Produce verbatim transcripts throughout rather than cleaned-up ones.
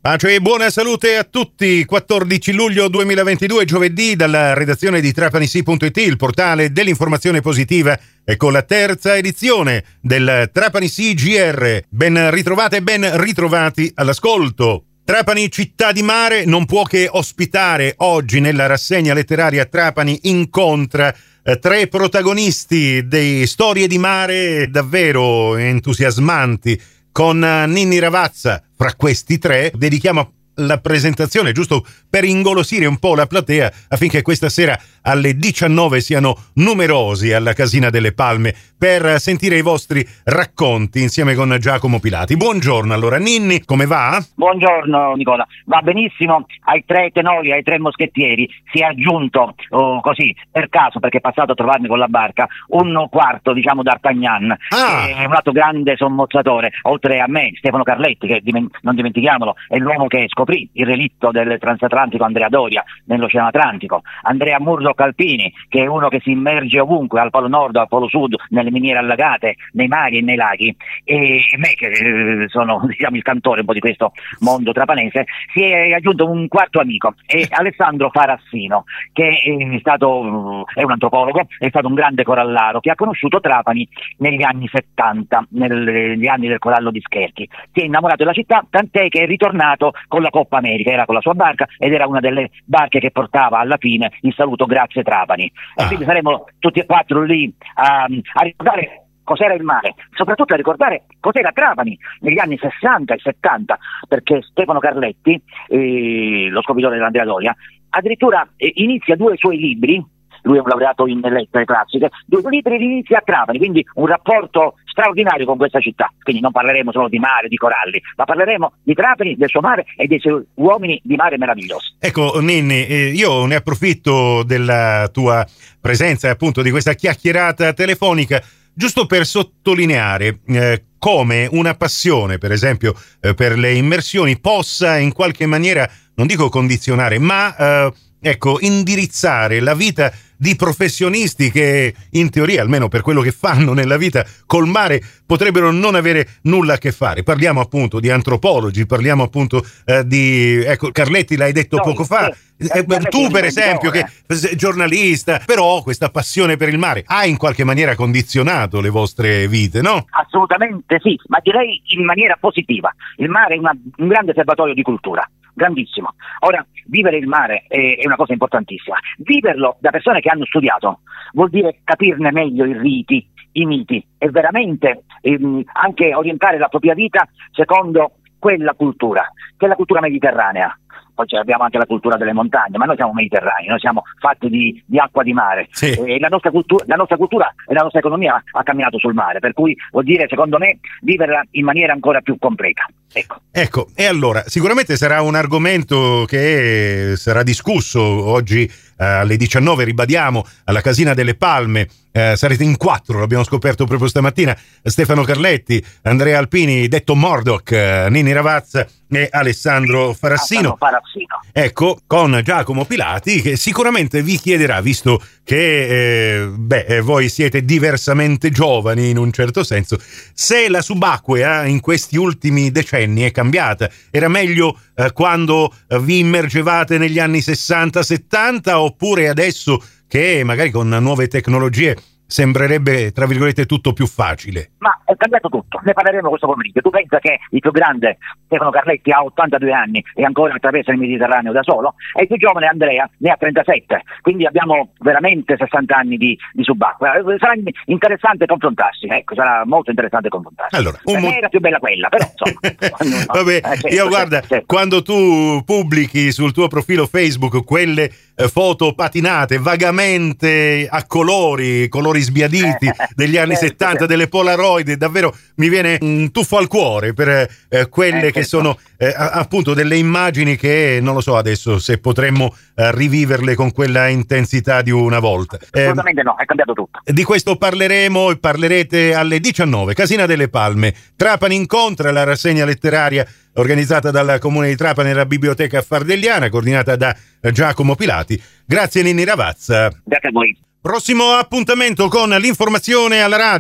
Pace e buona salute a tutti. quattordici luglio duemilaventidue, giovedì, dalla redazione di Trapanisi punto it, il portale dell'informazione positiva, e con la terza edizione del Trapanisi G R. Ben ritrovate e ben ritrovati all'ascolto. Trapani città di mare non può che ospitare oggi nella rassegna letteraria Trapani incontra eh, tre protagonisti di storie di mare davvero entusiasmanti. Con Ninni Ravazza, fra questi tre, dedichiamo la presentazione giusto per ingolosire un po' la platea affinché questa sera alle diciannove siano numerosi alla Casina delle Palme per sentire i vostri racconti insieme con Giacomo Pilati. Buongiorno allora Ninni, come va? Buongiorno Nicola, va benissimo. Ai tre tenori, ai tre moschettieri si è aggiunto oh, così per caso, perché è passato a trovarmi con la barca, un quarto diciamo d'Artagnan, ah. che è un altro grande sommozzatore, oltre a me Stefano Carletti, che non dimentichiamolo è l'uomo che scoprì il relitto del transatlantico Andrea Doria nell'Oceano Atlantico, Andrea Murdoch Alpini, che è uno che si immerge ovunque, al polo nord, al polo sud, nelle miniere allagate, nei mari e nei laghi, e me che eh, sono diciamo il cantore un po' di questo mondo trapanese. Si è aggiunto un quarto amico, è Alessandro Farassino, che è stato è un antropologo, è stato un grande corallaro che ha conosciuto Trapani negli anni settanta, negli anni del corallo di Scherchi. Si è innamorato della città, tant'è che è ritornato con la Coppa America, era con la sua barca ed era una delle barche che portava alla fine il saluto grazie Trapani. Ah. E quindi saremo tutti e quattro lì a, a ricordare cos'era il mare, soprattutto a ricordare cos'era Trapani negli anni sessanta e settanta, perché Stefano Carletti, eh, lo scopritore dell'Andrea Doria, addirittura eh, inizia due suoi libri. Lui è un laureato in lettere classiche, due libri di inizio a Trapani, quindi un rapporto straordinario con questa città. Quindi non parleremo solo di mare, di coralli, ma parleremo di Trapani, del suo mare e dei suoi uomini di mare meravigliosi. Ecco Ninni, eh, io ne approfitto della tua presenza, appunto di questa chiacchierata telefonica, giusto per sottolineare eh, come una passione, per esempio, eh, per le immersioni possa in qualche maniera, non dico condizionare, ma eh, ecco, indirizzare la vita di professionisti che in teoria, almeno per quello che fanno nella vita, col mare potrebbero non avere nulla a che fare. Parliamo appunto di antropologi, parliamo appunto eh, di, ecco, Carletti l'hai detto no, poco fa, eh, eh, tu per esempio che sei giornalista, però questa passione per il mare ha in qualche maniera condizionato le vostre vite, no? Assolutamente sì, ma direi in maniera positiva. Il mare è una, un grande serbatoio di cultura, grandissimo. Ora, vivere il mare è, è una cosa importantissima. Viverlo da persone che hanno studiato vuol dire capirne meglio i riti, i miti, e veramente ehm, anche orientare la propria vita secondo quella cultura, che è la cultura mediterranea. Poi abbiamo anche la cultura delle montagne, ma noi siamo mediterranei, noi siamo fatti di, di acqua di mare. Sì. E la nostra cultura, la nostra cultura e la nostra economia ha camminato sul mare, per cui vuol dire, secondo me, viverla in maniera ancora più completa. Ecco. Ecco, e allora sicuramente sarà un argomento che sarà discusso oggi eh, alle diciannove, ribadiamo, alla Casina delle Palme. Eh, sarete in quattro, l'abbiamo scoperto proprio stamattina: Stefano Carletti, Andrea Alpini, detto Murdoch, eh, Ninni Ravazza e Alessandro Farassino. Farassino. Ecco, con Giacomo Pilati, che sicuramente vi chiederà, visto che eh, beh, eh, voi siete diversamente giovani in un certo senso, se la subacquea in questi ultimi decenni è cambiata. Era meglio eh, quando eh, vi immergevate negli anni sessanta settanta, oppure adesso che magari con nuove tecnologie sembrerebbe, tra virgolette, tutto più facile? Ma è cambiato tutto, ne parleremo questo pomeriggio. Tu pensa che il più grande, Stefano Carletti, ha ottantadue anni e ancora attraversa il Mediterraneo da solo, e il più giovane Andrea ne ha trentasette, quindi abbiamo veramente sessanta anni di, di subacquea. Sarà interessante confrontarsi, ecco, sarà molto interessante confrontarsi. Allora, per mo- me era più bella quella, però insomma. Vabbè, eh, certo, io guarda, certo, certo. Quando tu pubblichi sul tuo profilo Facebook quelle eh, foto patinate vagamente a colori, colori sbiaditi degli anni certo, settanta, certo. delle Polaroid, davvero mi viene un tuffo al cuore per eh, quelle eh, che certo. sono eh, appunto delle immagini che non lo so adesso se potremmo eh, riviverle con quella intensità di una volta. Assolutamente eh, no, è cambiato tutto. Di questo parleremo e parlerete alle diciannove. Casina delle Palme, Trapani incontra, la rassegna letteraria organizzata dal Comune di Trapani e la Biblioteca Fardelliana, coordinata da Giacomo Pilati. Grazie Ninni Ravazza. Grazie a voi. Prossimo appuntamento con l'informazione alla radio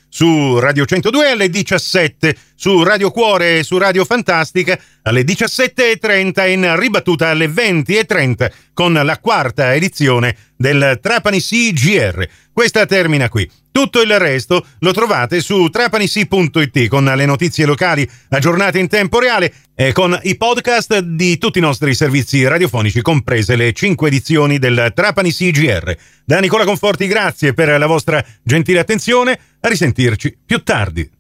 su Radio centodue alle diciassette, su Radio Cuore e su Radio Fantastica alle diciassette e trenta, in ribattuta alle venti e trenta con la quarta edizione del Trapani Sea G R. Questa termina qui. Tutto il resto lo trovate su trapanisea punto it con le notizie locali aggiornate in tempo reale e con i podcast di tutti i nostri servizi radiofonici, comprese le cinque edizioni del Trapani Sea G R. Da Nicola Conforti grazie per la vostra gentile attenzione, a risentirci più tardi.